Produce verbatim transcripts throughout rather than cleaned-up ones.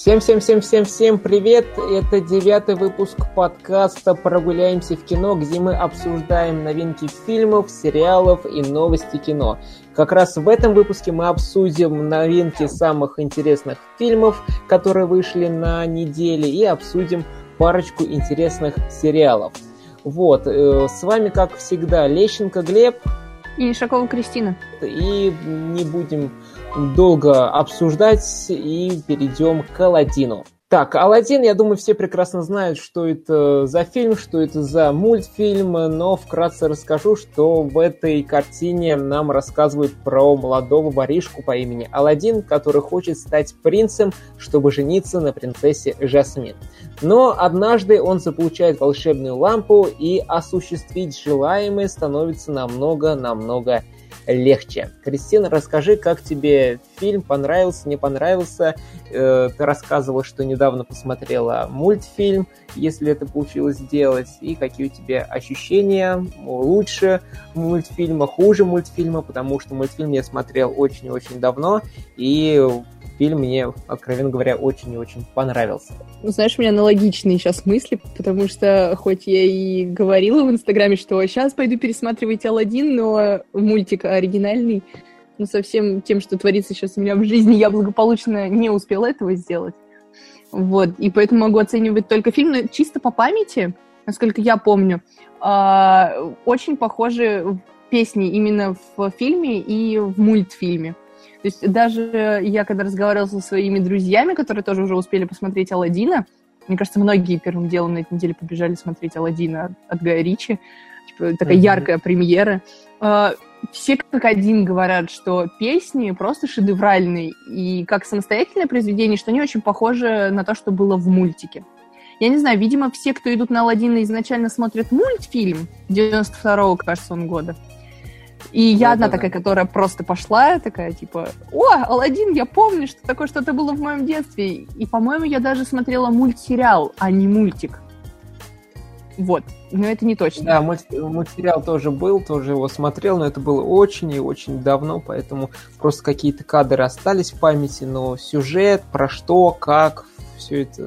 Всем-всем-всем-всем-всем привет! Это девятый выпуск подкаста «Прогуляемся в кино», где мы обсуждаем новинки фильмов, сериалов и новости кино. Как раз в этом выпуске мы обсудим новинки самых интересных фильмов, которые вышли на неделе, и обсудим парочку интересных сериалов. Вот, э, с вами, как всегда, Лещенко Глеб и Ишакова Кристина. И не будем долго обсуждать и перейдем к «Аладдину». Так, «Аладдин», я думаю, все прекрасно знают, что это за фильм, что это за мультфильм, но вкратце расскажу, что в этой картине нам рассказывают про молодого воришку по имени Аладдин, который хочет стать принцем, чтобы жениться на принцессе Жасмин. Но однажды он заполучает волшебную лампу, и осуществить желаемое становится намного-намного легче. Кристина, расскажи, как тебе фильм, понравился, не понравился? Э, ты рассказывала, что недавно посмотрела мультфильм, если это получилось сделать, и какие у тебя ощущения? Лучше мультфильма, хуже мультфильма, потому что мультфильм я смотрел очень-очень давно, и фильм мне, откровенно говоря, очень и очень понравился. Ну, знаешь, у меня аналогичные сейчас мысли, потому что хоть я и говорила в Инстаграме, что сейчас пойду пересматривать «Аладдин», но мультик оригинальный, но со всем тем, что творится сейчас у меня в жизни, я благополучно не успела этого сделать. Вот, и поэтому могу оценивать только фильм, но чисто по памяти, насколько я помню, очень похожи песни именно в фильме и в мультфильме. То есть даже я, когда разговаривала со своими друзьями, которые тоже уже успели посмотреть «Аладдина», мне кажется, многие первым делом на этой неделе побежали смотреть «Аладдина» от Гая Ричи, типа, такая mm-hmm. яркая премьера. Все как один говорят, что песни просто шедевральные, и как самостоятельное произведение, что они очень похожи на то, что было в мультике. Я не знаю, видимо, все, кто идут на «Аладдина», изначально смотрят мультфильм девяносто второго, кажется, он года. И я да, одна да, такая, да. которая просто пошла, такая, типа, о, «Аладдин», я помню, что такое что-то было в моем детстве. И, по-моему, я даже смотрела мультсериал, а не мультик. Вот, но это не точно. Да, мульт, мультсериал тоже был, тоже его смотрел, но это было очень и очень давно, поэтому просто какие-то кадры остались в памяти, но сюжет, про что, как, все это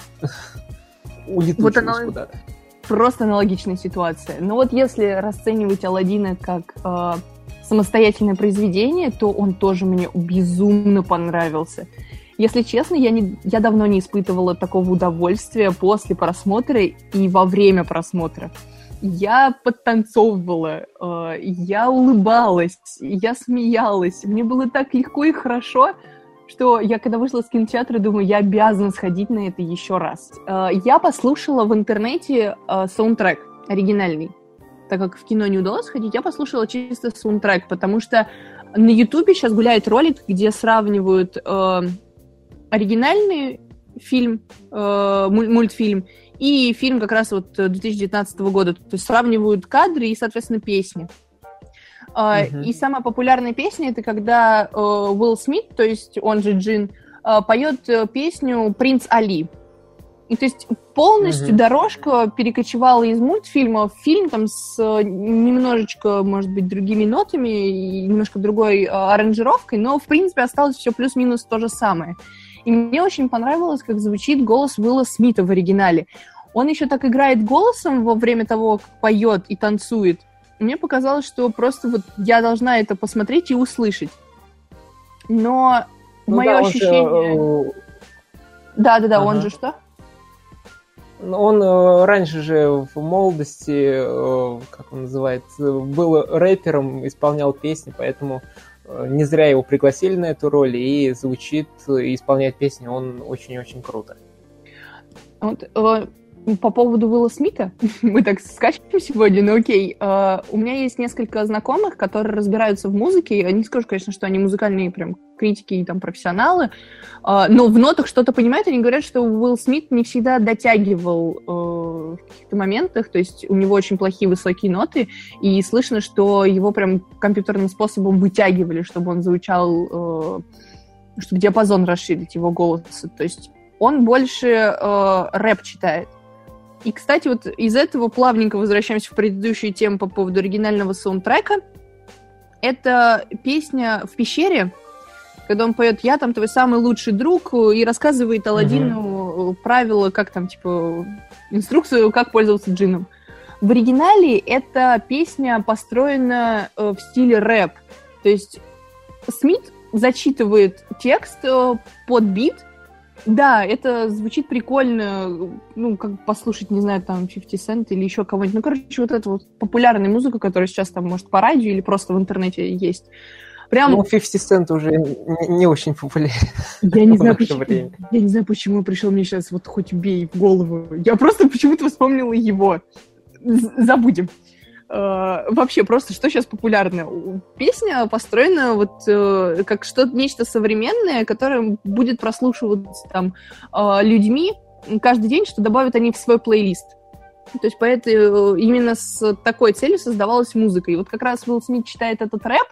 улетучилось вот оно... куда-то. Просто аналогичная ситуация. Но вот если расценивать «Аладдина» как э, самостоятельное произведение, то он тоже мне безумно понравился. Если честно, я, не, я давно не испытывала такого удовольствия после просмотра и во время просмотра. Я подтанцовывала, э, я улыбалась, я смеялась. Мне было так легко и хорошо, что я, когда вышла с кинотеатра, думаю, я обязана сходить на это еще раз. Я послушала в интернете саундтрек оригинальный. Так как в кино не удалось сходить, я послушала чисто саундтрек, потому что на Ютубе сейчас гуляет ролик, где сравнивают э, оригинальный фильм, э, мультфильм, и фильм как раз вот две тысячи девятнадцатого года. То есть сравнивают кадры и, соответственно, песни. Uh-huh. И самая популярная песня — это когда э, Уилл Смит, то есть он же Джин, э, поет песню «Принц Али». И то есть полностью uh-huh. дорожка перекочевала из мультфильма в фильм там с немножечко, может быть, другими нотами и немножко другой э, аранжировкой, но, в принципе, осталось все плюс-минус то же самое. И мне очень понравилось, как звучит голос Уилла Смита в оригинале. Он еще так играет голосом во время того, как поет и танцует. Мне показалось, что просто вот я должна это посмотреть и услышать. Но ну мое да, ощущение... Да-да-да, ага. он же что? Он э, раньше же в молодости, э, как он называется, был рэпером, исполнял песни, поэтому э, не зря его пригласили на эту роль, и звучит, и исполняет песни он очень-очень круто. Вот... Э... По поводу Уилла Смита, мы так скачем сегодня, но окей. Uh, у меня есть несколько знакомых, которые разбираются в музыке. Я не скажу, конечно, что они музыкальные прям критики и там профессионалы, uh, но в нотах что-то понимают. Они говорят, что Уилл Смит не всегда дотягивал uh, в каких-то моментах, то есть у него очень плохие высокие ноты, и слышно, что его прям компьютерным способом вытягивали, чтобы он звучал, uh, чтобы диапазон расширить его голоса. То есть он больше uh, рэп читает. И, кстати, вот из этого плавненько возвращаемся в предыдущую тему по поводу оригинального саундтрека. Это песня «В пещере». когда он поет «Я там твой самый лучший друг» и рассказывает Аладдину mm-hmm. правила, как там, типа, инструкцию, как пользоваться джинном. В оригинале эта песня построена э, в стиле рэп. То есть Смит зачитывает текст э, под бит. Да, это звучит прикольно, ну, как послушать, не знаю, там, фифти Cent или еще кого-нибудь. Ну, короче, вот эта вот популярная музыка, которая сейчас там, может, по радио или просто в интернете есть. Прям... Ну, фифти Cent уже не, не очень популярен. Я не, знаю, почему, я не знаю, почему пришел мне сейчас вот хоть бей в голову. Я просто почему-то вспомнила его. Забудем. Uh, вообще, просто что сейчас популярно? Песня построена вот uh, как что-то, нечто современное, которое будет прослушиваться там uh, людьми каждый день, что добавят они в свой плейлист. То есть поэтому uh, именно с такой целью создавалась музыка. И вот как раз Уилл Смит читает этот рэп.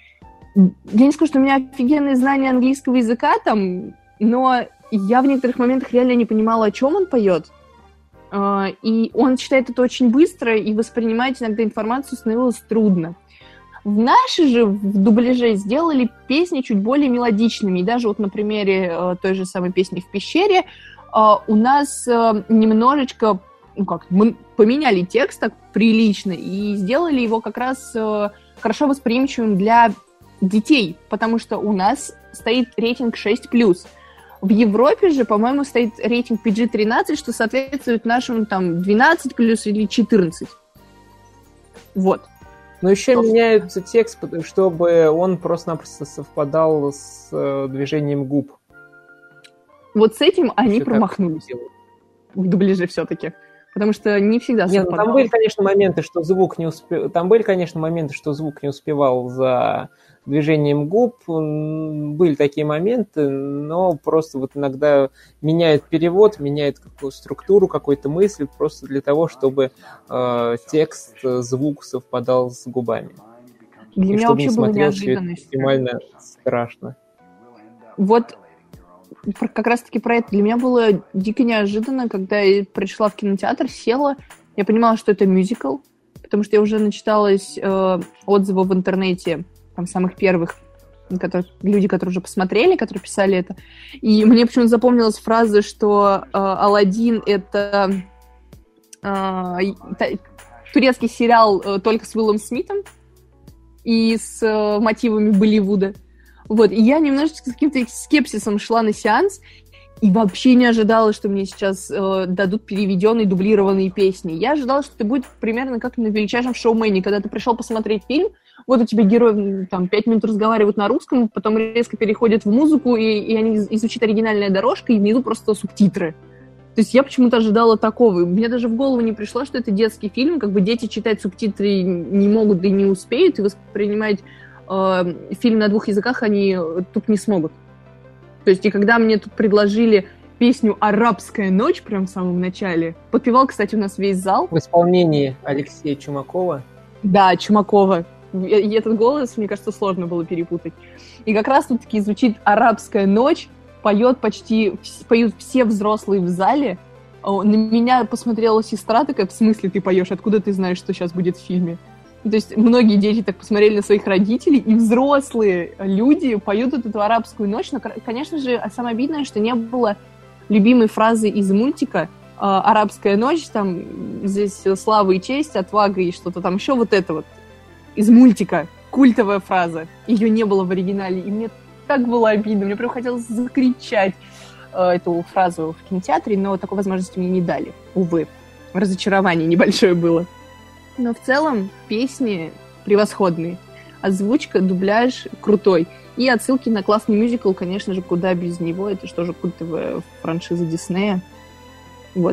Я не скажу, что у меня офигенные знания английского языка там, но я в некоторых моментах реально не понимала, о чем он поет. Uh, и он читает это очень быстро, и воспринимать иногда информацию становилось трудно. В наши же в дубляже сделали песни чуть более мелодичными. И даже вот на примере uh, той же самой песни «В пещере» uh, у нас uh, немножечко ну как, мы поменяли текст так прилично и сделали его как раз uh, хорошо восприимчивым для детей, потому что у нас стоит рейтинг шесть плюс. В Европе же, по-моему, стоит рейтинг пи джи тринадцать, что соответствует нашему там двенадцать плюс или четырнадцать. Вот. Но еще Просто... меняется текст, чтобы он просто-напросто совпадал с э, движением губ. Вот с этим они Все промахнулись. В дубляже все-таки. Потому что не всегда совпадало. Нет, ну, там были, конечно, моменты, что звук не успевал. Там были, конечно, моменты, что звук не успевал за движением губ. Были такие моменты, но просто вот иногда меняет перевод, меняет какую структуру, какую-то мысль, просто для того, чтобы э, текст, звук совпадал с губами. Для И меня вообще было неожиданность. Максимально страшно. Вот как раз-таки про это. Для меня было дико неожиданно, когда я пришла в кинотеатр, села, я понимала, что это мюзикл, потому что я уже начиталась э, отзывов в интернете, там, самых первых, которые, люди, которые уже посмотрели, которые писали это. И мне почему-то запомнилась фраза, что э, «Аладдин» — это э, турецкий сериал э, только с Уиллом Смитом и с э, мотивами Болливуда. Вот, и я немножечко с каким-то скепсисом шла на сеанс и вообще не ожидала, что мне сейчас э, дадут переведенные, дублированные песни. Я ожидала, что это будет примерно как на «Величайшем шоумене», когда ты пришел посмотреть фильм, вот у тебя герои там пять минут разговаривают на русском, потом резко переходят в музыку, и, и они изучат оригинальная дорожка, и внизу просто субтитры. То есть я почему-то ожидала такого. Мне даже в голову не пришло, что это детский фильм, как бы дети читать субтитры не могут, да и не успеют, и воспринимать фильм на двух языках они тут не смогут. То есть, и когда мне тут предложили песню «Арабская ночь» прям в самом начале, подпевал, кстати, у нас весь зал. В исполнении Алексея Чумакова. Да, Чумакова. И этот голос, мне кажется, сложно было перепутать. И как раз тут таки звучит «Арабская ночь», поет почти, поют все взрослые в зале. На меня посмотрела сестра такая: в смысле ты поешь? Откуда ты знаешь, что сейчас будет в фильме? То есть многие дети так посмотрели на своих родителей, и взрослые люди поют эту арабскую ночь. Но, конечно же, самое обидное, что не было любимой фразы из мультика «Арабская ночь», там здесь слава и честь, отвага и что-то там еще, вот это вот из мультика, культовая фраза. Ее не было в оригинале, и мне так было обидно, мне прям хотелось закричать эту фразу в кинотеатре, но такой возможности мне не дали, увы. Разочарование небольшое было. Но в целом песни превосходные. Озвучка, дубляж крутой. И отсылки на классный мюзикл, конечно же, куда без него. Это что же культовая франшиза Диснея. Вот.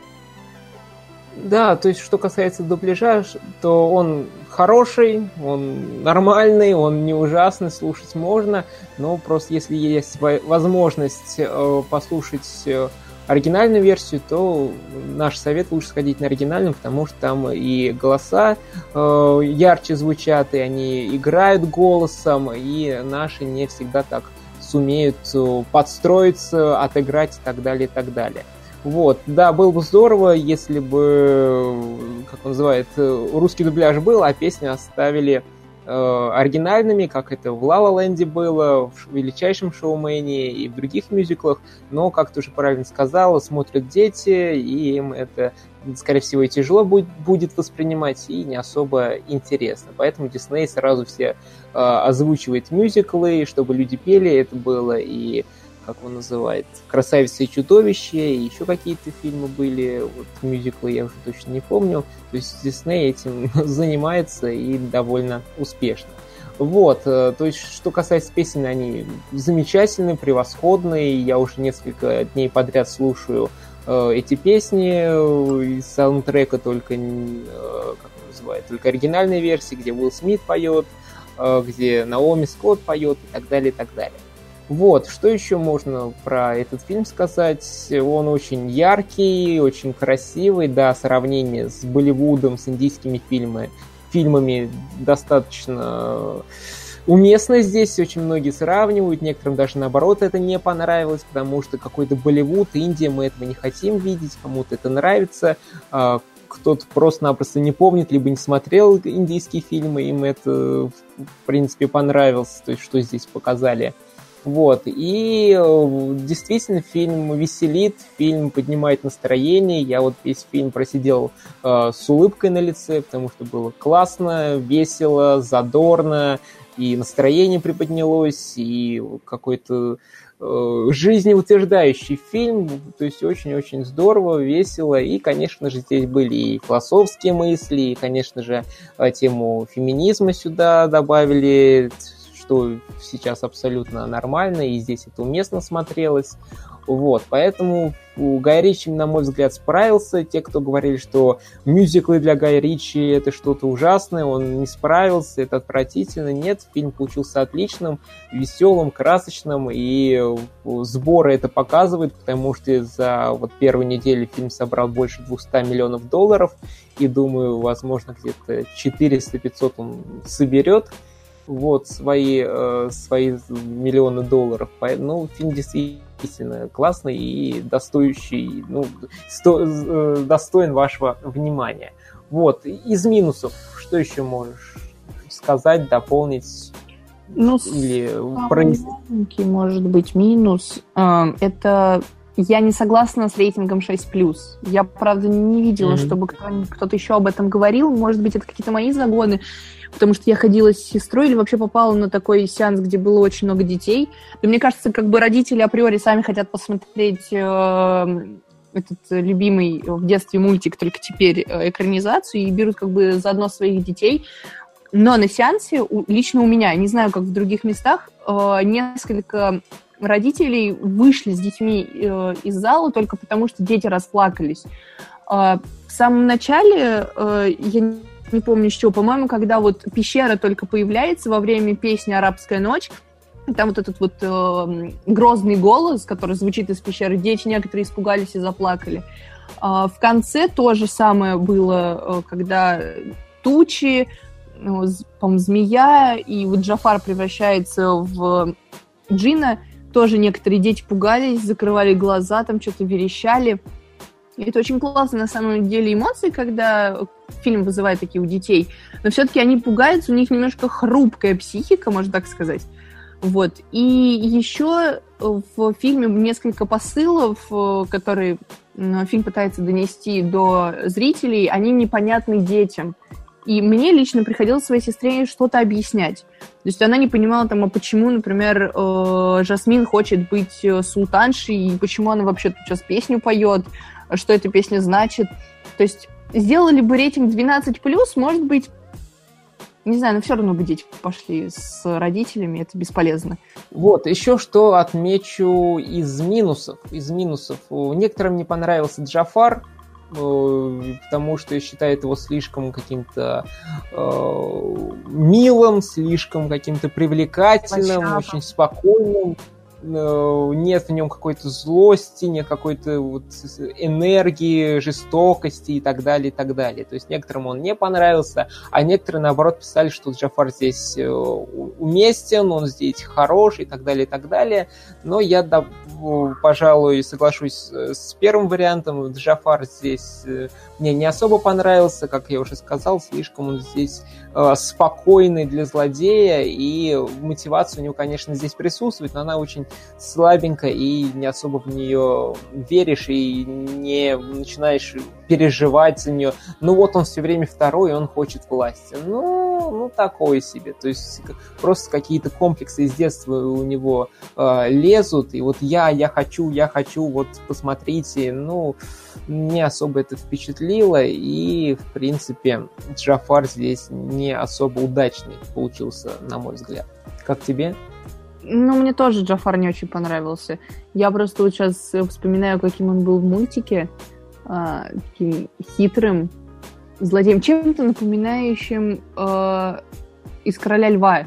Да, то есть, что касается дубляжа, то он хороший, он нормальный, он не ужасный, слушать можно, но просто если есть возможность э, послушать э, оригинальную версию, то наш совет лучше сходить на оригинальную, потому что там и голоса э, ярче звучат, и они играют голосом, и наши не всегда так сумеют подстроиться, отыграть и так далее, и так далее. Вот, да, было бы здорово, если бы, как он называет, русский дубляж был, а песни оставили э, оригинальными, как это в «Ла Ла Ленде» было, в «Величайшем шоумене» и в других мюзиклах, но, как ты уже правильно сказала, смотрят дети, и им это, скорее всего, и тяжело будет, будет воспринимать, и не особо интересно. Поэтому Дисней сразу все э, озвучивает мюзиклы, чтобы люди пели, это было и... как он называет, «Красавица и чудовище», и еще какие-то фильмы были, вот мюзиклы я уже точно не помню. То есть Дисней этим занимается и довольно успешно. Вот, то есть что касается песен, они замечательные, превосходные. Я уже несколько дней подряд слушаю э, эти песни из саундтрека, только, э, как он называет, только оригинальной версии, где Уилл Смит поет, э, где Наоми Скотт поет и так далее, и так далее. Вот, что еще можно про этот фильм сказать? Он очень яркий, очень красивый, да, сравнение с Болливудом, с индийскими фильмами, фильмами достаточно уместно здесь, очень многие сравнивают, некоторым даже наоборот это не понравилось, потому что какой-то Болливуд, Индия, мы этого не хотим видеть, кому-то это нравится, кто-то просто-напросто не помнит, либо не смотрел индийские фильмы, им это, в принципе, понравилось, то есть что здесь показали. Вот, и действительно фильм веселит, фильм поднимает настроение, я вот весь фильм просидел э, с улыбкой на лице, потому что было классно, весело, задорно, и настроение приподнялось, и какой-то э, жизнеутверждающий фильм, то есть очень-очень здорово, весело, и, конечно же, здесь были и философские мысли, и, конечно же, тему феминизма сюда добавили, что сейчас абсолютно нормально, и здесь это уместно смотрелось. Вот, поэтому Гай Ричи, на мой взгляд, справился. Те, кто говорили, что мюзиклы для Гая Ричи это что-то ужасное, он не справился, это отвратительно. Нет, фильм получился отличным, веселым, красочным, и сборы это показывают, потому что за вот первую неделю фильм собрал больше двести миллионов долларов, и думаю, возможно, где-то четыреста-пятьсот он соберет. Вот, свои, э, свои миллионы долларов. Ну, фильм действительно классный и достоящий, ну, сто, э, достоин вашего внимания. Вот, из минусов, что еще можешь сказать, дополнить? Ну, или маленький, может быть, минус. Это... Я не согласна с рейтингом шесть плюс. Я, правда, не видела, mm-hmm. чтобы кто-то еще об этом говорил. Может быть, это какие-то мои загоны, потому что я ходила с сестрой или вообще попала на такой сеанс, где было очень много детей. Но мне кажется, как бы родители априори сами хотят посмотреть э, этот любимый в детстве мультик, только теперь э, экранизацию, и берут как бы заодно своих детей. Но на сеансе, лично у меня, не знаю, как в других местах, э, несколько... родителей вышли с детьми э, из зала только потому, что дети расплакались. Э, в самом начале, э, я не помню с чего, по-моему, когда вот пещера только появляется во время песни «Арабская ночь», там вот этот вот э, грозный голос, который звучит из пещеры, дети некоторые испугались и заплакали. Э, в конце то же самое было, э, когда тучи, э, по-моему, змея, и вот Джафар превращается в джинна. Тоже некоторые дети пугались, закрывали глаза, там что-то верещали. И это очень классно, на самом деле, эмоции, когда фильм вызывает такие у детей. Но все-таки они пугаются, у них немножко хрупкая психика, можно так сказать. Вот. И еще в фильме несколько посылов, которые фильм пытается донести до зрителей, они непонятны детям. И мне лично приходилось своей сестре что-то объяснять. То есть она не понимала, там, а почему, например, э, Жасмин хочет быть султаншей, и почему она вообще тут сейчас песню поет, что эта песня значит. То есть сделали бы рейтинг двенадцать плюс, может быть, не знаю, но все равно бы дети пошли с родителями, это бесполезно. Вот, еще что отмечу из минусов. Из минусов. Некоторым не понравился Джафар, потому что считает его слишком каким-то э, милым, слишком каким-то привлекательным, очень спокойным. нет в нем какой-то злости, нет какой-то вот энергии, жестокости и так далее, и так далее. То есть некоторым он не понравился, а некоторые, наоборот, писали, что Джафар здесь уместен, он здесь хорош и так далее, и так далее. Но я, да, пожалуй, соглашусь с первым вариантом. Джафар здесь мне не особо понравился, как я уже сказал, слишком он здесь спокойный для злодея, и мотивация у него, конечно, здесь присутствует, но она очень слабенькая, и не особо в нее веришь, и не начинаешь переживать за нее. Ну вот он все время второй, и он хочет власти. Ну, ну такое себе. То есть просто какие-то комплексы из детства у него э, лезут, и вот я, я хочу, я хочу, вот посмотрите. Ну, не особо это впечатлило, и, в принципе, Джафар здесь не особо удачный получился, на мой взгляд. Как тебе? Ну, мне тоже Джафар не очень понравился. Я просто вот сейчас вспоминаю, каким он был в мультике. А, таким хитрым злодеем, чем-то напоминающим а, из «Короля льва».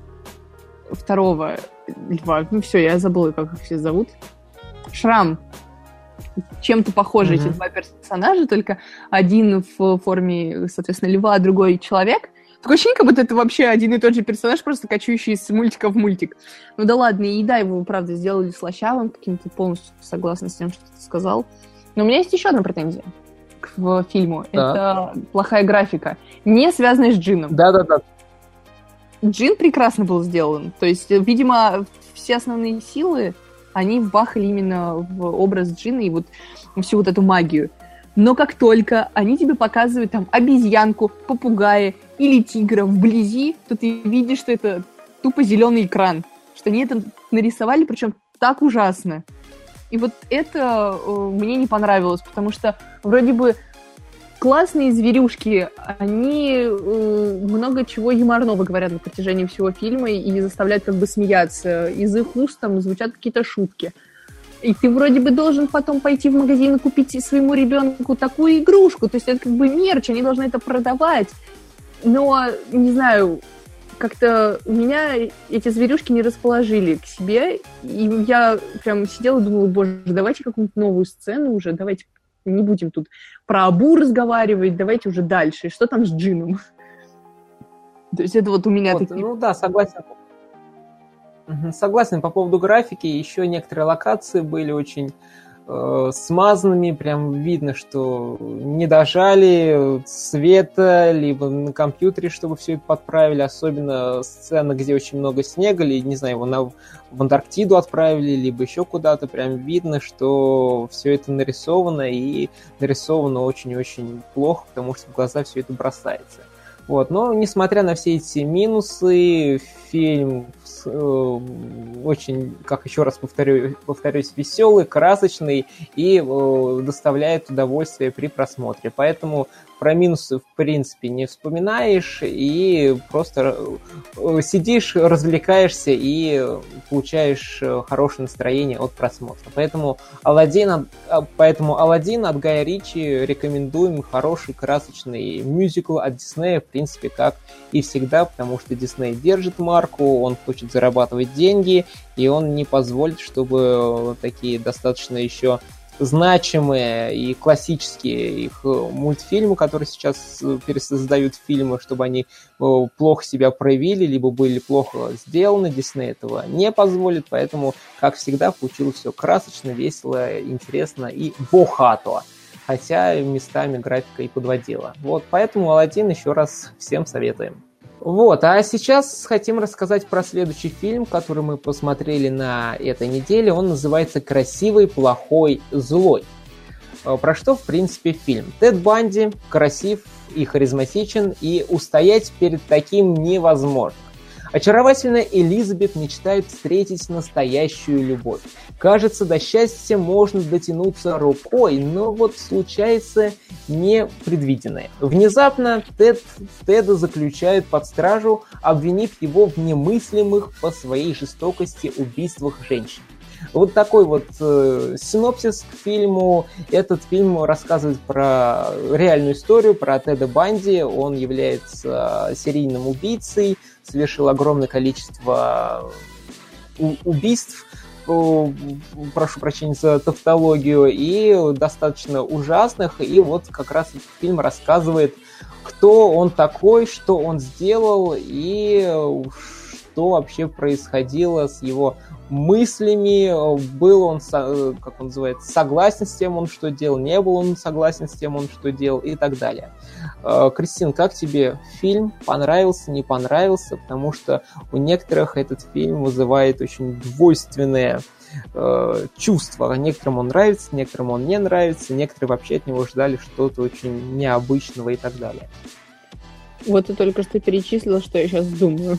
Второго льва. Ну, все, я забыла, как их все зовут. Шрам. Чем-то похожи mm-hmm. эти два персонажа, только один в форме, соответственно, льва, а другой человек. Такое ощущение, как будто это вообще один и тот же персонаж, просто кочующий из мультика в мультик. Ну да ладно, и да, его, правда, сделали слащавым, каким-то полностью согласна с тем, что ты сказал. Но у меня есть еще одна претензия к фильму. Да. Это плохая графика, не связанная с Джином. Да-да-да. Джин прекрасно был сделан. То есть, видимо, все основные силы они вбахали именно в образ Джина и вот всю вот эту магию. Но как только они тебе показывают там обезьянку, попугая или тигра вблизи, то ты видишь, что это тупо зеленый экран. Что они это нарисовали, причем так ужасно. И вот это э, мне не понравилось, потому что вроде бы классные зверюшки, они э, много чего юморного говорят на протяжении всего фильма и заставляют как бы смеяться. Из их уст там звучат какие-то шутки. И ты вроде бы должен потом пойти в магазин и купить своему ребенку такую игрушку. То есть это как бы мерч, они должны это продавать. Но, не знаю, как-то меня эти зверюшки не расположили к себе. И я прям сидела и думала, боже, давайте какую-нибудь новую сцену уже, давайте не будем тут про Абу разговаривать, давайте уже дальше. Что там с Джином? То есть это вот у меня вот, такие... Ну да, согласен. Согласен по поводу графики. Еще некоторые локации были очень э, смазанными. Прям видно, что не дожали цвета, либо на компьютере, чтобы все это подправили. Особенно сцена, где очень много снега, или, не знаю, его на, в Антарктиду отправили, либо еще куда-то. Прям видно, что все это нарисовано, и нарисовано очень-очень плохо, потому что в глаза все это бросается. Вот. Но, несмотря на все эти минусы, фильм э, очень, как еще раз повторю, повторюсь, веселый, красочный и э, доставляет удовольствие при просмотре. Поэтому про минусы, в принципе, не вспоминаешь и просто э, сидишь, развлекаешься и получаешь хорошее настроение от просмотра. Поэтому Аладдин, поэтому Аладдин от Гая Ричи рекомендуем. Хороший, красочный мюзикл от Диснея, в принципе, как и всегда, потому что Дисней держит марку, он хочет зарабатывать деньги, и он не позволит, чтобы такие достаточно еще значимые и классические их мультфильмы, которые сейчас пересоздают фильмы, чтобы они плохо себя проявили, либо были плохо сделаны. Дисней этого не позволит, поэтому, как всегда, получилось все красочно, весело, интересно и богато. Хотя местами графика и подводила. Вот, поэтому Аладдин еще раз всем советуем. Вот, а сейчас хотим рассказать про следующий фильм, который мы посмотрели на этой неделе. Он называется «Красивый, плохой, злой». Про что, в принципе, фильм? Тед Банди красив и харизматичен, и устоять перед таким невозможно. Очаровательная Элизабет мечтает встретить настоящую любовь. Кажется, до счастья можно дотянуться рукой, но вот случается непредвиденное. Внезапно Тед, Теда заключают под стражу, обвинив его в немыслимых по своей жестокости убийствах женщин. Вот такой вот э, синопсис к фильму. Этот фильм рассказывает про реальную историю, про Теда Банди. Он является серийным убийцей, совершил огромное количество убийств. прошу прощения за тавтологию, и достаточно ужасных, и вот как раз этот фильм рассказывает, кто он такой, что он сделал, и что вообще происходило с его мыслями, был он, как он называется, согласен с тем, он что делал, не был он согласен с тем, он что делал, и так далее. Кристин, как тебе фильм? Понравился, не понравился? Потому что у некоторых этот фильм вызывает очень двойственные э, чувства. Некоторым он нравится, некоторым он не нравится, некоторые вообще от него ждали что-то очень необычного и так далее. Вот ты только что перечислила, что я сейчас думаю.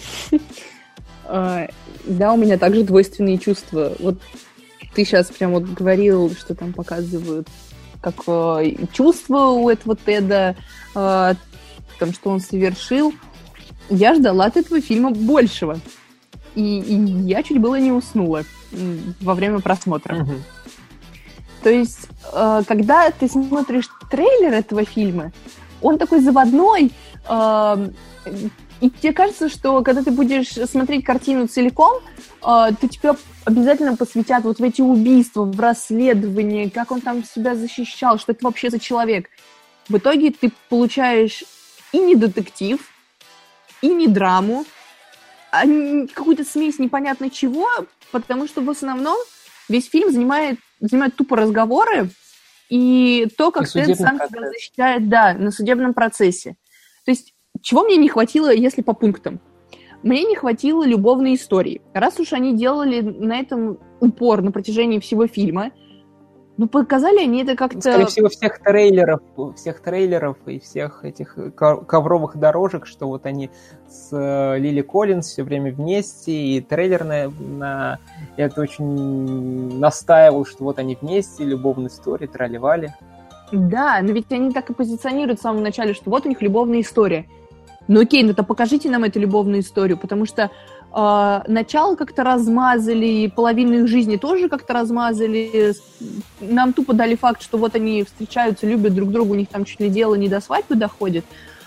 Да, у меня также двойственные чувства. Вот ты сейчас прям вот говорил, что там показывают как э, чувства у этого Теда, э, там, что он совершил. Я ждала от этого фильма большего. И, и я чуть было не уснула во время просмотра. Mm-hmm. То есть, э, когда ты смотришь трейлер этого фильма, он такой заводной, э, и тебе кажется, что когда ты будешь смотреть картину целиком, э, то тебя обязательно посвятят вот в эти убийства, в расследование, как он там себя защищал, что это вообще за человек. В итоге ты получаешь и не детектив, и не драму, а какую-то смесь непонятно чего, потому что в основном весь фильм занимает, занимает тупо разговоры и то, как Тед сам процесс. себя защищает, да, на судебном процессе. То есть чего мне не хватило, если по пунктам? Мне не хватило любовной истории. Раз уж они делали на этом упор на протяжении всего фильма, ну, показали они это как-то... Скорее всего, всех трейлеров, всех трейлеров и всех этих ковровых дорожек, что вот они с Лили Коллинз все время вместе, и трейлер на, на это очень настаивал, что вот они вместе, любовная история, трали-вали. Да, но ведь они так и позиционируют в самом начале, что вот у них любовная история. Ну окей, ну то покажите нам эту любовную историю, потому что э, начало как-то размазали, половину их жизни тоже как-то размазали. Нам тупо дали факт, что вот они встречаются, любят друг друга, у них там чуть ли дело не до свадьбы доходит.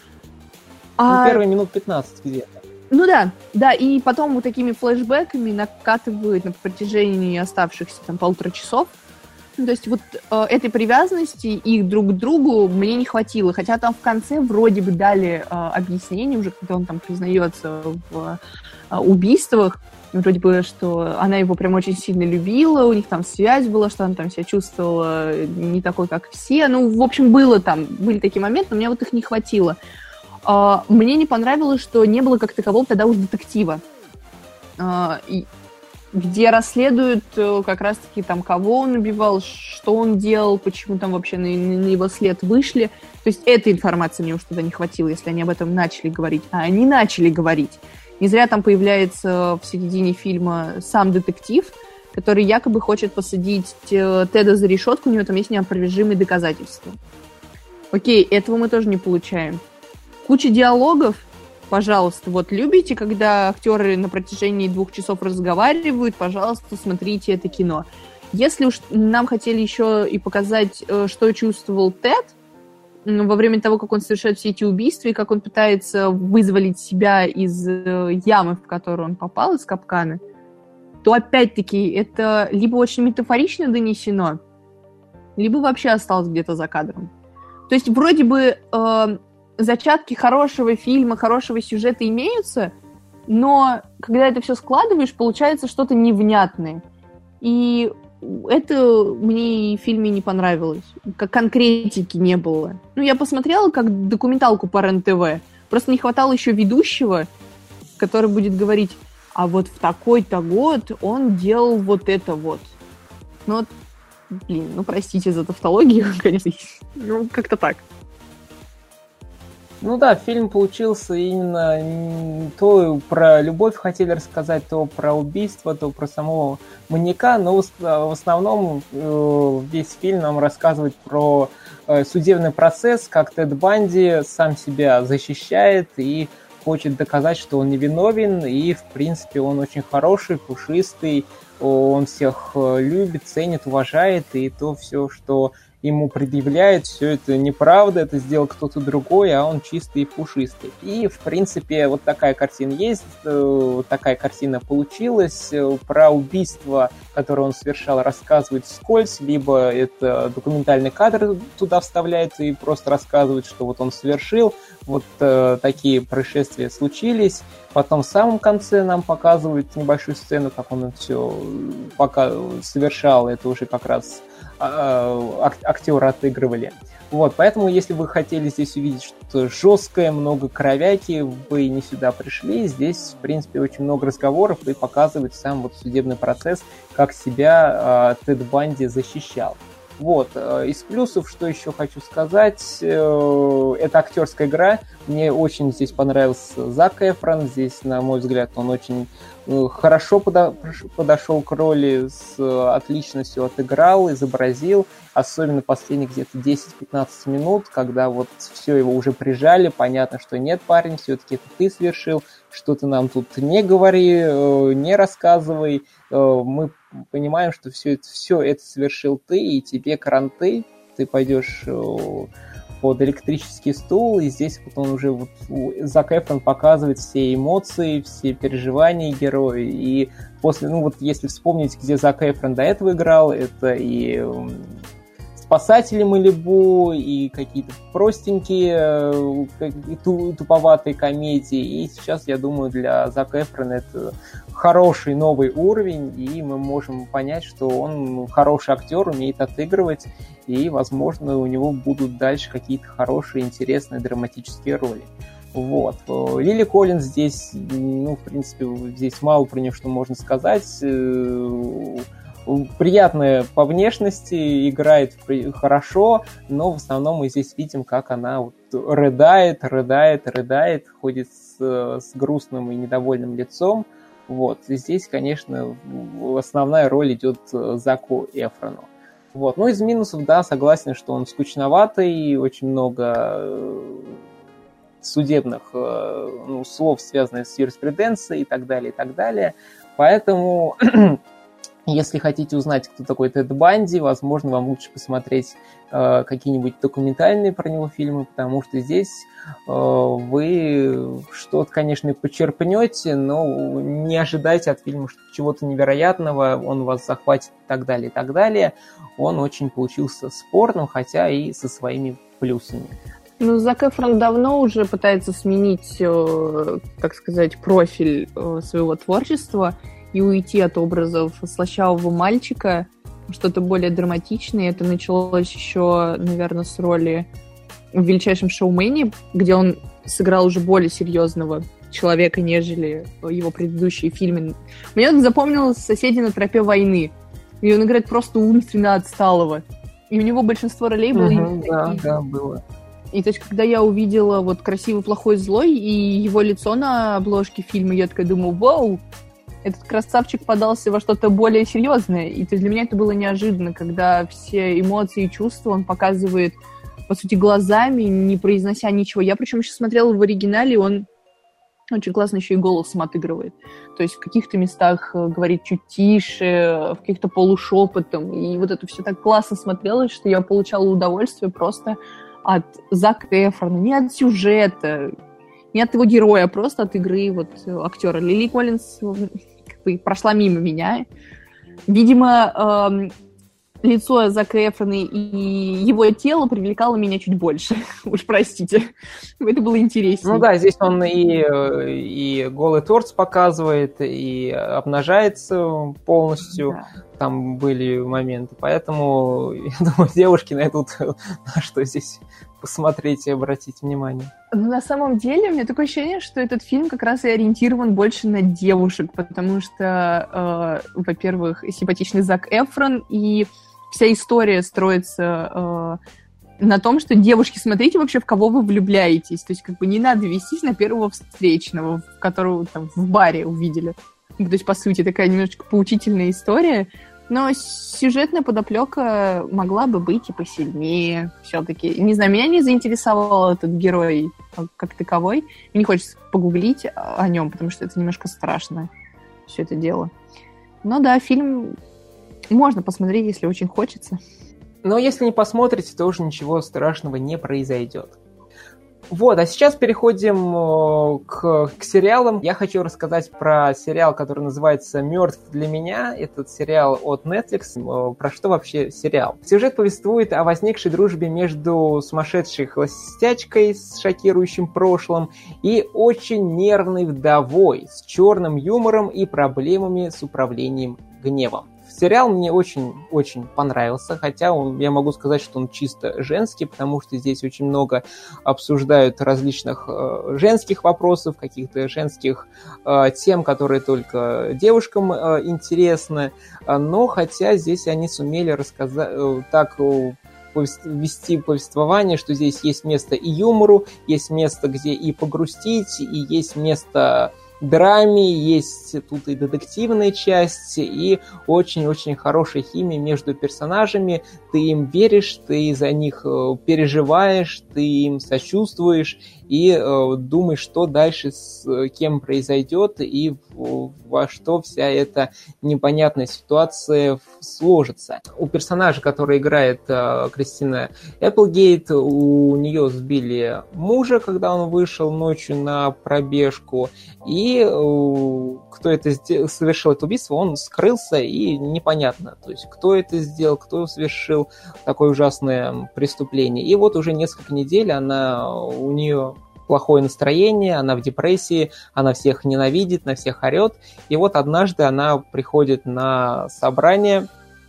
А... Ну, первые минут пятнадцать где-то. Ну да, да, и потом вот такими флешбэками накатывают на протяжении оставшихся там полутора часов. То есть вот э, этой привязанности их друг к другу мне не хватило. Хотя там в конце вроде бы дали э, объяснение уже, когда он там признается в э, убийствах. Вроде бы, что она его прям очень сильно любила, у них там связь была, что она там себя чувствовала не такой, как все. Ну, в общем, было там, были такие моменты, но мне вот их не хватило. Э, мне не понравилось, что не было как такового тогда уж детектива. Э, и где расследуют как раз-таки там, кого он убивал, что он делал, почему там вообще на, на его след вышли. То есть этой информации мне уж тогда не хватило, если они об этом начали говорить. А они начали говорить. Не зря там появляется в середине фильма сам детектив, который якобы хочет посадить Теда за решетку, у него там есть неопровержимые доказательства. Окей, этого мы тоже не получаем. Куча диалогов. Пожалуйста, вот любите, когда актеры на протяжении двух часов разговаривают, пожалуйста, смотрите это кино. Если уж нам хотели еще и показать, что чувствовал Тед во время того, как он совершает все эти убийства, и как он пытается вызволить себя из ямы, в которую он попал, из капкана, то опять-таки это либо очень метафорично донесено, либо вообще осталось где-то за кадром. То есть вроде бы... Э, зачатки хорошего фильма, хорошего сюжета имеются, но когда это все складываешь, получается что-то невнятное. И это мне в фильме не понравилось. Как конкретики не было. Ну, я посмотрела как документалку по РЕН-ТВ. Просто не хватало еще ведущего, который будет говорить, а вот в такой-то год он делал вот это вот. Ну, вот, блин, ну, простите за тавтологию, конечно. Ну, как-то так. Ну да, фильм получился именно то про любовь хотели рассказать, то про убийство, то про самого маньяка, но в основном весь фильм нам рассказывает про судебный процесс, как Тед Банди сам себя защищает и хочет доказать, что он невиновен, и в принципе он очень хороший, пушистый, он всех любит, ценит, уважает, и то все, что ему предъявляет, все это неправда, это сделал кто-то другой, а он чистый и пушистый. И, в принципе, вот такая картина есть, такая картина получилась. Про убийство, которое он совершал, рассказывает вскользь, либо это документальный кадр туда вставляет и просто рассказывает, что вот он совершил, вот э, такие происшествия случились. Потом в самом конце нам показывают небольшую сцену, как он это все пока совершал, это уже как раз актеры отыгрывали. Вот, поэтому, если вы хотели здесь увидеть что-то жесткое, много кровяки, вы не сюда пришли. Здесь, в принципе, очень много разговоров и показывает сам вот судебный процесс, как себя э, Тед Банди защищал. Вот, э, из плюсов, что еще хочу сказать, э, это актерская игра. Мне очень здесь понравился Зак Эфрон. Здесь, на мой взгляд, он очень э, хорошо подо- подошел к роли, с э, отлично все отыграл, изобразил. Особенно последние где-то десять-пятнадцать минут, когда вот все его уже прижали, понятно, что нет, парень, все-таки это ты совершил, что ты нам тут не говори, э, не рассказывай. Э, мы понимаем, что все это, все это совершил ты, и тебе кранты, ты пойдешь э, под электрический стул, и здесь вот он уже, вот, Зак Эфрон показывает все эмоции, все переживания героя, и после, ну вот если вспомнить, где Зак Эфрон до этого играл, это и «Спасатели Малибу», и какие-то простенькие, туповатые комедии. И сейчас, я думаю, для Зака Эфрона это хороший новый уровень, и мы можем понять, что он хороший актер, умеет отыгрывать, и, возможно, у него будут дальше какие-то хорошие, интересные драматические роли. Вот. Лили Коллинз здесь, ну, в принципе, здесь мало про нее что можно сказать. Приятная по внешности, играет хорошо, но в основном мы здесь видим, как она вот рыдает, рыдает, рыдает, ходит с, с грустным и недовольным лицом. Вот. И здесь, конечно, основная роль идет Заку Эфрону. Вот. Ну, из минусов, да, согласен, что он скучноватый, очень много судебных ну, слов, связанных с юриспруденцией и так далее, и так далее. Поэтому... Если хотите узнать, кто такой Тед Банди, возможно, вам лучше посмотреть э, какие-нибудь документальные про него фильмы, потому что здесь э, вы что-то, конечно, почерпнете, но не ожидайте от фильма чего-то невероятного, он вас захватит и так далее, и так далее. Он очень получился спорным, хотя и со своими плюсами. Ну, Зак Эфрон давно уже пытается сменить, э, так сказать, профиль э, своего творчества и уйти от образов слащавого мальчика, что-то более драматичное. Это началось еще, наверное, с роли в «Величайшем шоумене», где он сыграл уже более серьезного человека, нежели его предыдущие фильмы. Мне запомнилось «Соседи на тропе войны», и он играет просто умственно отсталого. И у него большинство ролей было именно такие. Да, такие. да, было. И то есть, когда я увидела вот «Красивый, плохой, злой» и его лицо на обложке фильма, я такая думаю, вау, этот красавчик подался во что-то более серьезное. И то есть для меня это было неожиданно, когда все эмоции и чувства он показывает, по сути, глазами, не произнося ничего. Я причем еще смотрела в оригинале, он очень классно еще и голосом отыгрывает. То есть в каких-то местах говорит чуть тише, в каких-то полушепотом. И вот это все так классно смотрелось, что я получала удовольствие просто от Зака Эфрона, не от сюжета, не от его героя, а просто от игры вот актера. Лили Коллинз как бы прошла мимо меня. Видимо, эм, лицо Зака Эфрона и его тело привлекало меня чуть больше. Уж простите. Это было интереснее. Ну да, здесь он и, и голый торс показывает, и обнажается полностью. Да. Там были моменты. Поэтому, я думаю, девушки найдут, на что здесь посмотреть и обратить внимание. Ну, на самом деле, у меня такое ощущение, что этот фильм как раз и ориентирован больше на девушек, потому что, э, во-первых, симпатичный Зак Эфрон, и вся история строится э, на том, что, девушки, смотрите вообще, в кого вы влюбляетесь. То есть, как бы не надо вестись на первого встречного, которого там в баре увидели. То есть, по сути, такая немножечко поучительная история. Но сюжетная подоплека могла бы быть и посильнее все-таки. Не знаю, меня не заинтересовал этот герой как таковой. Мне не хочется погуглить о нем, потому что это немножко страшно, все это дело. Но да, фильм можно посмотреть, если очень хочется. Но если не посмотрите, то уже ничего страшного не произойдет. Вот, а сейчас переходим к, к сериалам. Я хочу рассказать про сериал, который называется «Мертв для меня». Этот сериал от Netflix. Про что вообще сериал? Сюжет повествует о возникшей дружбе между сумасшедшей холостячкой с шокирующим прошлым и очень нервной вдовой с черным юмором и проблемами с управлением гневом. Сериал мне очень-очень понравился, хотя он, я могу сказать, что он чисто женский, потому что здесь очень много обсуждают различных э, женских вопросов, каких-то женских э, тем, которые только девушкам э, интересны, но хотя здесь они сумели рассказать э, так... Э, вести повествование, что здесь есть место и юмору, есть место, где и погрустить, и есть место драме, есть тут и детективная часть, и очень-очень хорошая химия между персонажами. Ты им веришь, ты за них переживаешь, ты им сочувствуешь и э, думаешь, что дальше с кем произойдет и во что вся эта непонятная ситуация сложится. У персонажа, который играет э, Кристина Эпплгейт, у нее сбили мужа, когда он вышел ночью на пробежку, и э, кто это сделал, совершил это убийство, он скрылся, и непонятно, то есть кто это сделал, кто совершил такое ужасное преступление. И вот уже несколько недель она, у нее плохое настроение, она в депрессии, она всех ненавидит, на всех орет. И вот однажды она приходит на собрание,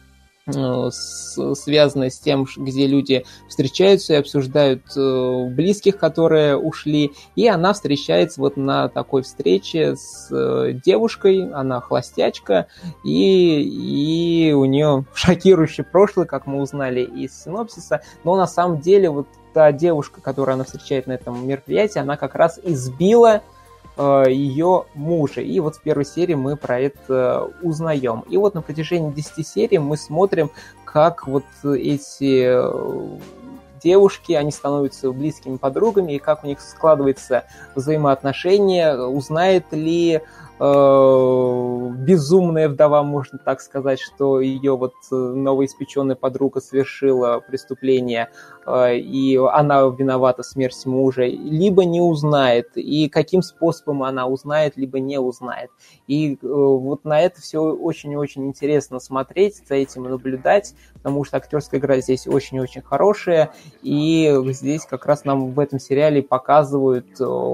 связанное с тем, где люди встречаются и обсуждают близких, которые ушли. И она встречается вот на такой встрече с девушкой, она холостячка, и, и у нее шокирующее прошлое, как мы узнали из синопсиса. Но на самом деле вот та девушка, которую она встречает на этом мероприятии, она как раз избила э, ее мужа. И вот в первой серии мы про это узнаем. И вот на протяжении десяти серий мы смотрим, как вот эти девушки, они становятся близкими подругами, и как у них складывается взаимоотношения, узнает ли безумная вдова, можно так сказать, что ее вот новоиспеченная подруга совершила преступление, и она виновата в смерти мужа, либо не узнает, и каким способом она узнает, либо не узнает. И вот на это все очень-очень интересно смотреть, за этим наблюдать, потому что актерская игра здесь очень-очень хорошая, и здесь как раз нам в этом сериале показывают,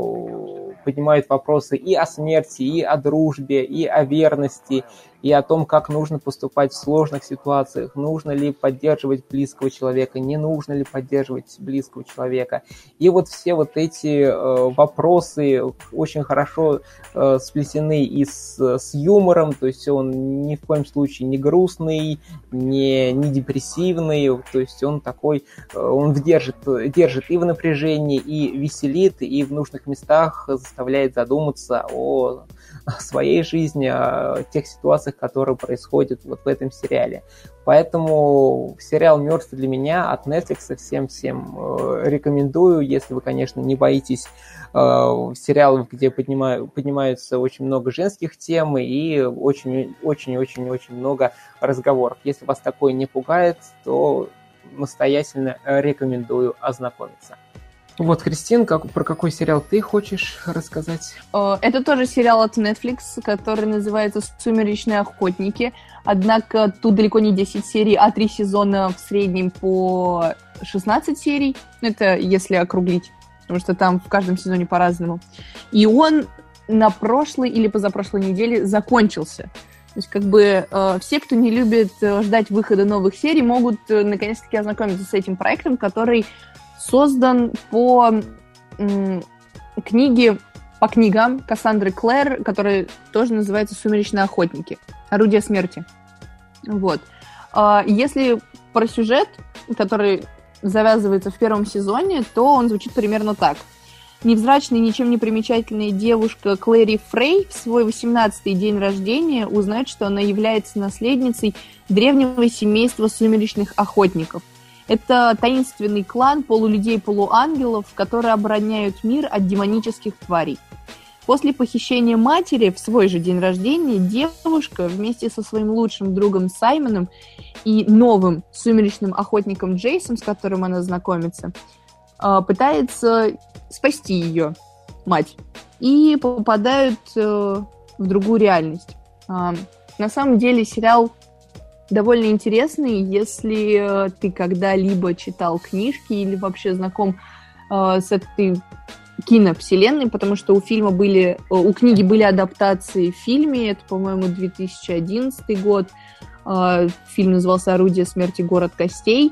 поднимают вопросы и о смерти, и о дружбе, и о верности, и о том, как нужно поступать в сложных ситуациях, нужно ли поддерживать близкого человека, не нужно ли поддерживать близкого человека. И вот все вот эти э, вопросы очень хорошо э, сплетены и с, с юмором, то есть он ни в коем случае не грустный, не, не депрессивный, то есть он такой, э, он держит, держит и в напряжении, и веселит, и в нужных местах заставляет задуматься о своей жизни, о тех ситуациях, которые происходят вот в этом сериале. Поэтому сериал «Мертв для меня» от Netflix всем-всем э, рекомендую, если вы, конечно, не боитесь э, сериалов, где поднимаю, поднимаются очень много женских тем и очень-очень-очень-очень много разговоров. Если вас такое не пугает, то настоятельно рекомендую ознакомиться. Вот, Кристин, как, про какой сериал ты хочешь рассказать? Это тоже сериал от Netflix, который называется «Сумеречные охотники». Однако тут далеко не десять серий, а три сезона в среднем по шестнадцать серий. Это если округлить, потому что там в каждом сезоне по-разному. И он на прошлой или позапрошлой неделе закончился. То есть как бы э, все, кто не любит ждать выхода новых серий, могут э, наконец-таки ознакомиться с этим проектом, который создан по м, книге, по книгам Кассандры Клэр, которая тоже называется «Сумеречные охотники. Орудие смерти». Вот. Если про сюжет, который завязывается в первом сезоне, то он звучит примерно так. Невзрачная, ничем не примечательная девушка Клэри Фрей в свой восемнадцатый день рождения узнает, что она является наследницей древнего семейства сумеречных охотников. Это таинственный клан полулюдей-полуангелов, которые обороняют мир от демонических тварей. После похищения матери в свой же день рождения девушка вместе со своим лучшим другом Саймоном и новым сумеречным охотником Джейсом, с которым она знакомится, пытается спасти ее мать. И попадают в другую реальность. На самом деле сериал довольно интересный, если ты когда-либо читал книжки или вообще знаком с этой киновселенной, потому что у фильма были, у книги были адаптации в фильме, это, по-моему, две тысячи одиннадцатый год, фильм назывался «Орудие смерти. Город костей».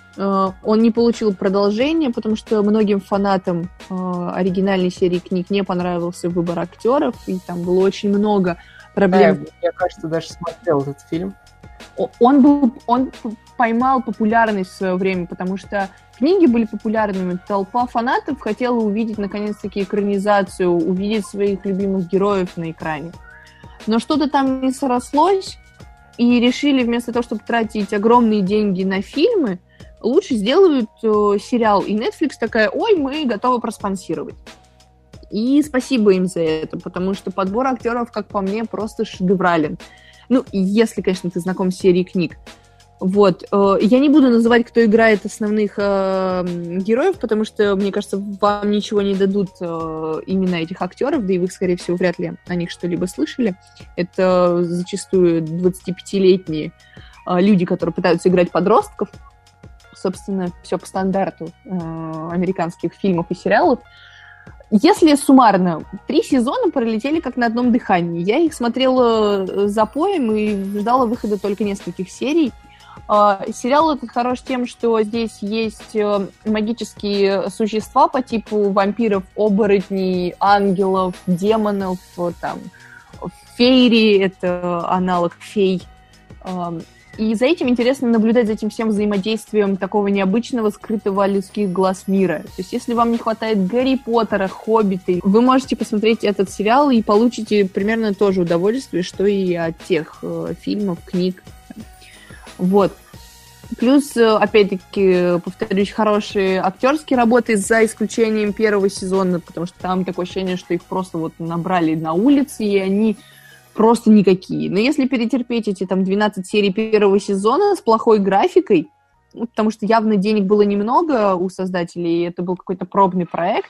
Он не получил продолжения, потому что многим фанатам оригинальной серии книг не понравился выбор актеров, и там было очень много проблем. Да, я, кажется, даже смотрел этот фильм. Он был, он поймал популярность в свое время, потому что книги были популярными, толпа фанатов хотела увидеть, наконец-таки, экранизацию, увидеть своих любимых героев на экране. Но что-то там не срослось, и решили вместо того, чтобы тратить огромные деньги на фильмы, лучше сделают э, сериал. И Netflix такая: ой, мы готовы проспонсировать. И спасибо им за это, потому что подбор актеров, как по мне, просто шедеврален. Ну, если, конечно, ты знаком с серией книг. Вот. Я не буду называть, кто играет основных э, героев, потому что, мне кажется, вам ничего не дадут э, имена этих актеров, да и вы, скорее всего, вряд ли о них что-либо слышали. Это зачастую двадцатипятилетние э, люди, которые пытаются играть подростков. Собственно, все по стандарту э, американских фильмов и сериалов. Если суммарно, три сезона пролетели как на одном дыхании. Я их смотрела запоем и ждала выхода только нескольких серий. Сериал этот хорош тем, что здесь есть магические существа по типу вампиров, оборотней, ангелов, демонов, там, фейри, это аналог фей. И за этим интересно наблюдать, за этим всем взаимодействием такого необычного, скрытого от людских глаз мира. То есть если вам не хватает Гарри Поттера, Хоббита, вы можете посмотреть этот сериал и получите примерно то же удовольствие, что и от тех э, фильмов, книг. Вот. Плюс, опять-таки, повторюсь, хорошие актерские работы, за исключением первого сезона, потому что там такое ощущение, что их просто вот набрали на улице, и они просто никакие. Но если перетерпеть эти там двенадцать серий первого сезона с плохой графикой, ну, потому что явно денег было немного у создателей, и это был какой-то пробный проект,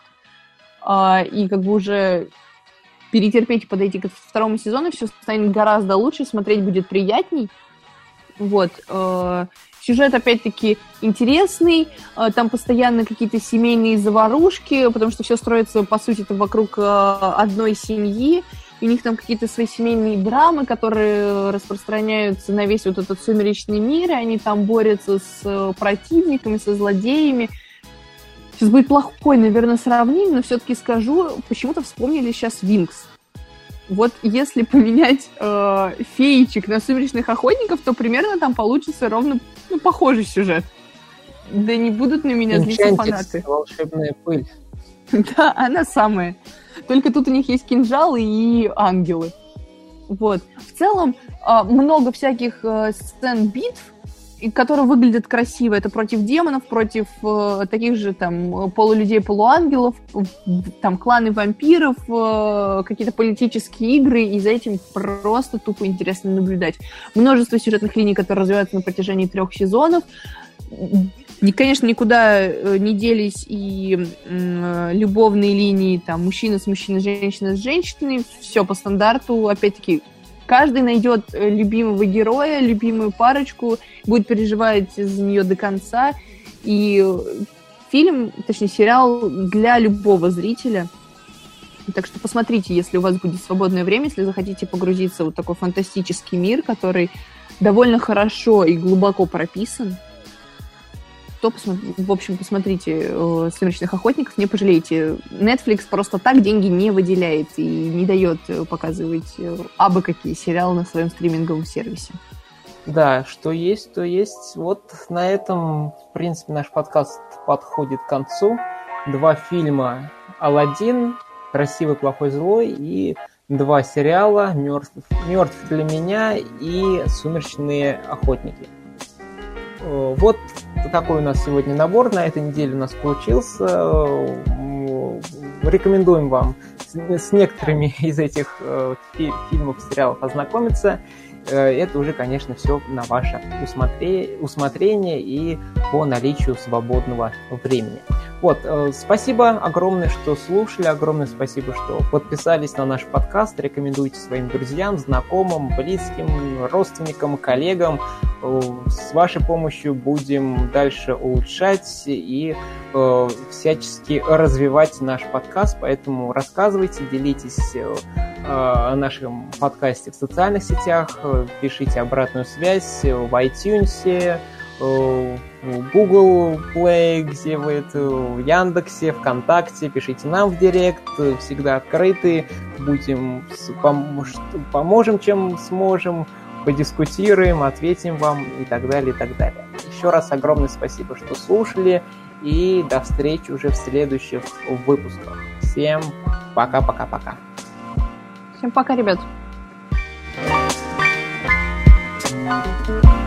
э, и как бы уже перетерпеть и подойти к второму сезону, все станет гораздо лучше, смотреть будет приятней. Вот. Э, сюжет, опять-таки, интересный, э, там постоянно какие-то семейные заварушки, потому что все строится, по сути, вокруг э, одной семьи. У них там какие-то свои семейные драмы, которые распространяются на весь вот этот сумеречный мир, и они там борются с противниками, со злодеями. Сейчас будет плохое, наверное, сравнение, но все-таки скажу, почему-то вспомнили сейчас Винкс. Вот если поменять э, феечек на сумеречных охотников, то примерно там получится ровно ну, похожий сюжет. Да не будут на меня злиться фанаты. Волшебная пыль. Да, она самая. Только тут у них есть кинжалы и ангелы. Вот. В целом, много всяких сцен битв, которые выглядят красиво. Это против демонов, против таких же там полулюдей, полуангелов, там кланы вампиров, какие-то политические игры, и за этим просто тупо интересно наблюдать. Множество сюжетных линий, которые развиваются на протяжении трех сезонов. Конечно, никуда не делись и э, любовные линии, там, мужчина с мужчиной, женщина с женщиной, все по стандарту. Опять-таки, каждый найдет любимого героя, любимую парочку, будет переживать за нее до конца. И фильм, точнее, сериал для любого зрителя. Так что посмотрите, если у вас будет свободное время, если захотите погрузиться в вот такой фантастический мир, который довольно хорошо и глубоко прописан, то, в общем, посмотрите э, «Сумеречных охотников», не пожалеете. Netflix просто так деньги не выделяет и не дает показывать э, абы какие сериалы на своем стриминговом сервисе. Да, что есть, то есть. Вот на этом, в принципе, наш подкаст подходит к концу. Два фильма «Аладдин», «Красивый, плохой, злой» и два сериала «Мертв, «Мертв для меня» и «Сумеречные охотники». Вот такой у нас сегодня набор на этой неделе у нас получился. Рекомендуем вам с, с некоторыми из этих э, фи- фильмов, сериалов ознакомиться, э, это уже, конечно, все на ваше усмотре- усмотрение и по наличию свободного времени. Вот, э, спасибо огромное, что слушали, огромное спасибо, что подписались на наш подкаст, рекомендуйте своим друзьям, знакомым, близким, родственникам, коллегам. Э, с вашей помощью будем дальше улучшать и э, всячески развивать наш подкаст, поэтому рассказывайте, делитесь э, о нашем подкасте в социальных сетях, э, пишите обратную связь в iTunes, в Google Play, где вы это, в Яндексе, ВКонтакте, пишите нам в Директ, всегда открыты, будем, пом- поможем, чем сможем, подискутируем, ответим вам и так далее, и так далее. Еще раз огромное спасибо, что слушали, и до встречи уже в следующих выпусках. Всем пока-пока-пока. Всем пока, ребят. Thank you.